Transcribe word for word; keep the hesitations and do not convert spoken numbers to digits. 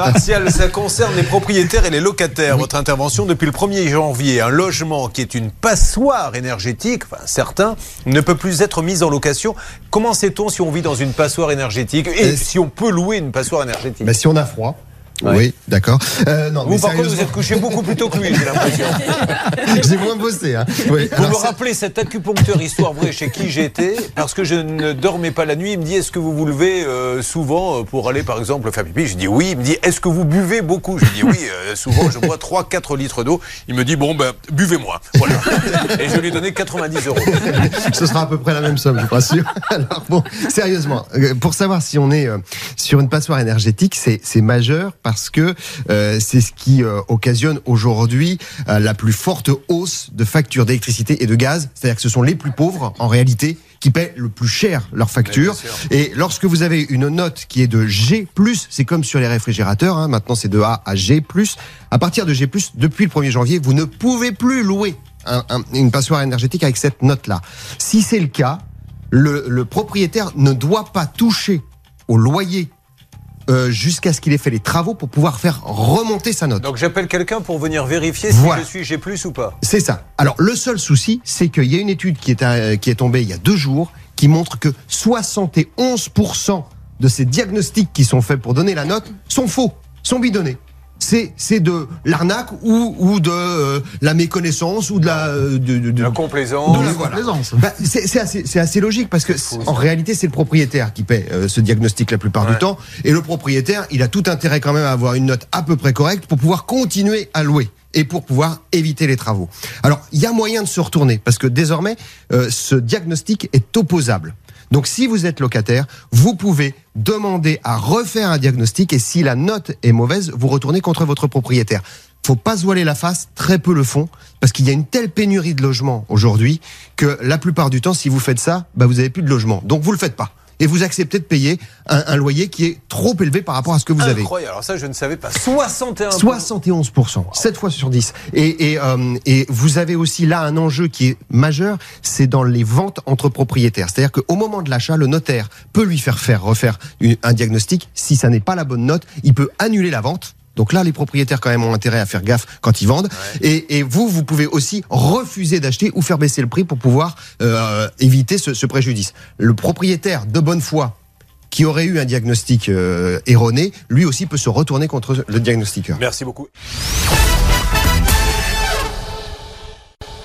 Martial, ça concerne les propriétaires et les locataires. Votre intervention depuis le premier janvier. Un logement qui est une passoire énergétique, enfin certains, ne peut plus être mis en location. Comment sait-on si on vit dans une passoire énergétique et, et si on peut louer une passoire énergétique? Bah, si on a froid. Ouais. Oui, d'accord. Euh, non, vous, mais par contre, vous êtes couché beaucoup plus tôt que lui, j'ai l'impression. J'ai moins bossé. Hein. Oui, vous me rappelez cet acupuncteur histoire vraie chez qui j'étais, parce que je ne dormais pas la nuit. Il me dit, est-ce que vous vous levez euh, souvent pour aller, par exemple, faire pipi? Je dis oui. Il me dit, est-ce que vous buvez beaucoup? Je dis oui, euh, souvent, je bois trois à quatre litres d'eau. Il me dit, bon, ben, buvez moins. Voilà. Et je lui ai donné quatre-vingt-dix euros. Ce sera à peu près la même somme, je vous rassure. Alors, bon, sérieusement, pour savoir si on est euh, sur une passoire énergétique, c'est, c'est majeur. Parce que euh, c'est ce qui euh, occasionne aujourd'hui euh, la plus forte hausse de factures d'électricité et de gaz. C'est-à-dire que ce sont les plus pauvres, en réalité, qui paient le plus cher leurs factures. Et lorsque vous avez une note qui est de G plus, c'est comme sur les réfrigérateurs, hein, maintenant c'est de A à G plus. À partir de G plus, depuis le premier janvier, vous ne pouvez plus louer un, un, une passoire énergétique avec cette note-là. Si c'est le cas, le, le propriétaire ne doit pas toucher au loyer Euh, jusqu'à ce qu'il ait fait les travaux pour pouvoir faire remonter sa note. Donc j'appelle quelqu'un pour venir vérifier si voilà. je suis G plus ou pas. C'est ça. Alors le seul souci, c'est qu'il y a une étude qui est, à, qui est tombée il y a deux jours qui montre que soixante et onze pour cent de ces diagnostics qui sont faits pour donner la note sont faux, sont bidonnés. C'est, c'est de l'arnaque ou, ou de euh, la méconnaissance ou de la... Euh, de, de, de la complaisance. De la complaisance. Bah, c'est, c'est, assez, c'est assez logique parce que fou, en réalité c'est le propriétaire qui paie euh, ce diagnostic la plupart ouais. du temps, et le propriétaire il a tout intérêt quand même à avoir une note à peu près correcte pour pouvoir continuer à louer et pour pouvoir éviter les travaux. Alors il y a moyen de se retourner parce que désormais euh, ce diagnostic est opposable. Donc si vous êtes locataire, vous pouvez demander à refaire un diagnostic et si la note est mauvaise, vous retournez contre votre propriétaire. Faut pas se voiler la face, très peu le font, parce qu'il y a une telle pénurie de logements aujourd'hui que la plupart du temps, si vous faites ça, bah vous avez plus de logement. Donc vous le faites pas. Et vous acceptez de payer un, un loyer qui est trop élevé par rapport à ce que vous avez. Incroyable, alors ça je ne savais pas. soixante et un pour cent soixante et onze pour cent, wow. sept fois sur dix. Et, et, euh, et vous avez aussi là un enjeu qui est majeur, c'est dans les ventes entre propriétaires. C'est-à-dire qu'au moment de l'achat, le notaire peut lui faire faire refaire une, un diagnostic. Si ça n'est pas la bonne note, il peut annuler la vente. Donc là, les propriétaires quand même ont intérêt à faire gaffe quand ils vendent. Ouais. Et, et vous, vous pouvez aussi refuser d'acheter ou faire baisser le prix pour pouvoir euh, éviter ce, ce préjudice. Le propriétaire de bonne foi qui aurait eu un diagnostic euh, erroné, lui aussi peut se retourner contre le diagnostiqueur. Merci beaucoup.